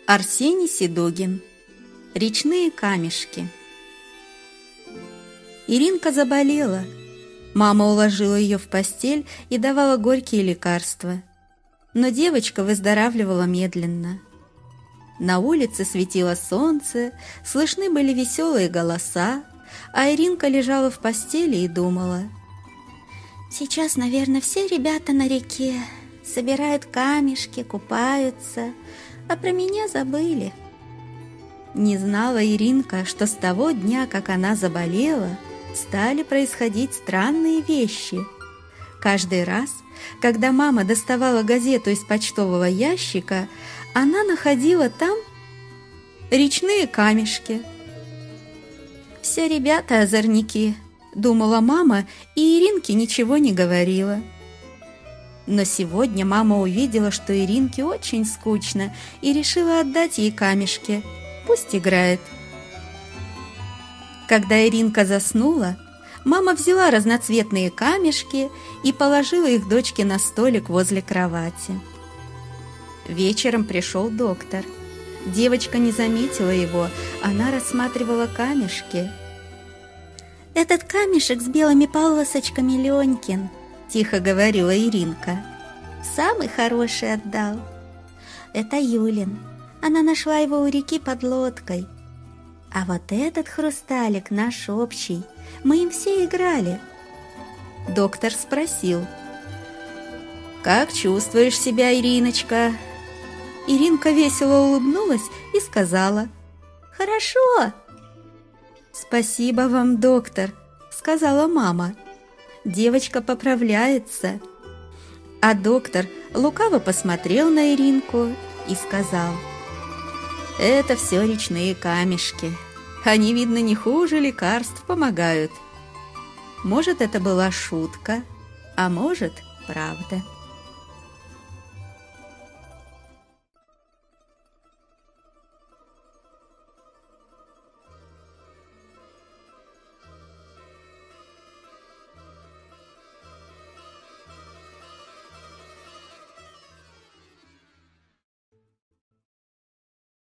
Арсений Седогин. Речные камешки. Иринка заболела. Мама уложила ее в постель и давала горькие лекарства. Но девочка выздоравливала медленно. На улице светило солнце, слышны были веселые голоса, а Иринка лежала в постели и думала: «Сейчас, наверное, все ребята на реке собирают камешки, купаются, а про меня забыли». Не знала Иринка, что с того дня, как она заболела, стали происходить странные вещи. Каждый раз, когда мама доставала газету из почтового ящика, она находила там речные камешки. «Все ребята озорники», — думала мама, и Иринке ничего не говорила. Но сегодня мама увидела, что Иринке очень скучно, и решила отдать ей камешки. Пусть играет. Когда Иринка заснула, мама взяла разноцветные камешки и положила их дочке на столик возле кровати. Вечером пришел доктор. Девочка не заметила его, она рассматривала камешки. «Этот камешек с белыми полосочками Ленькин», — тихо говорила Иринка. «Самый хороший отдал. Это Юлин. Она нашла его у реки под лодкой. А вот этот хрусталик наш общий. Мы им все играли». Доктор спросил: «Как чувствуешь себя, Ириночка?» Иринка весело улыбнулась и сказала: «Хорошо». «Спасибо вам, доктор», — сказала мама. «Девочка поправляется». А доктор лукаво посмотрел на Иринку и сказал: «Это все речные камешки. Они, видно, не хуже лекарств помогают». Может, это была шутка, а может, правда.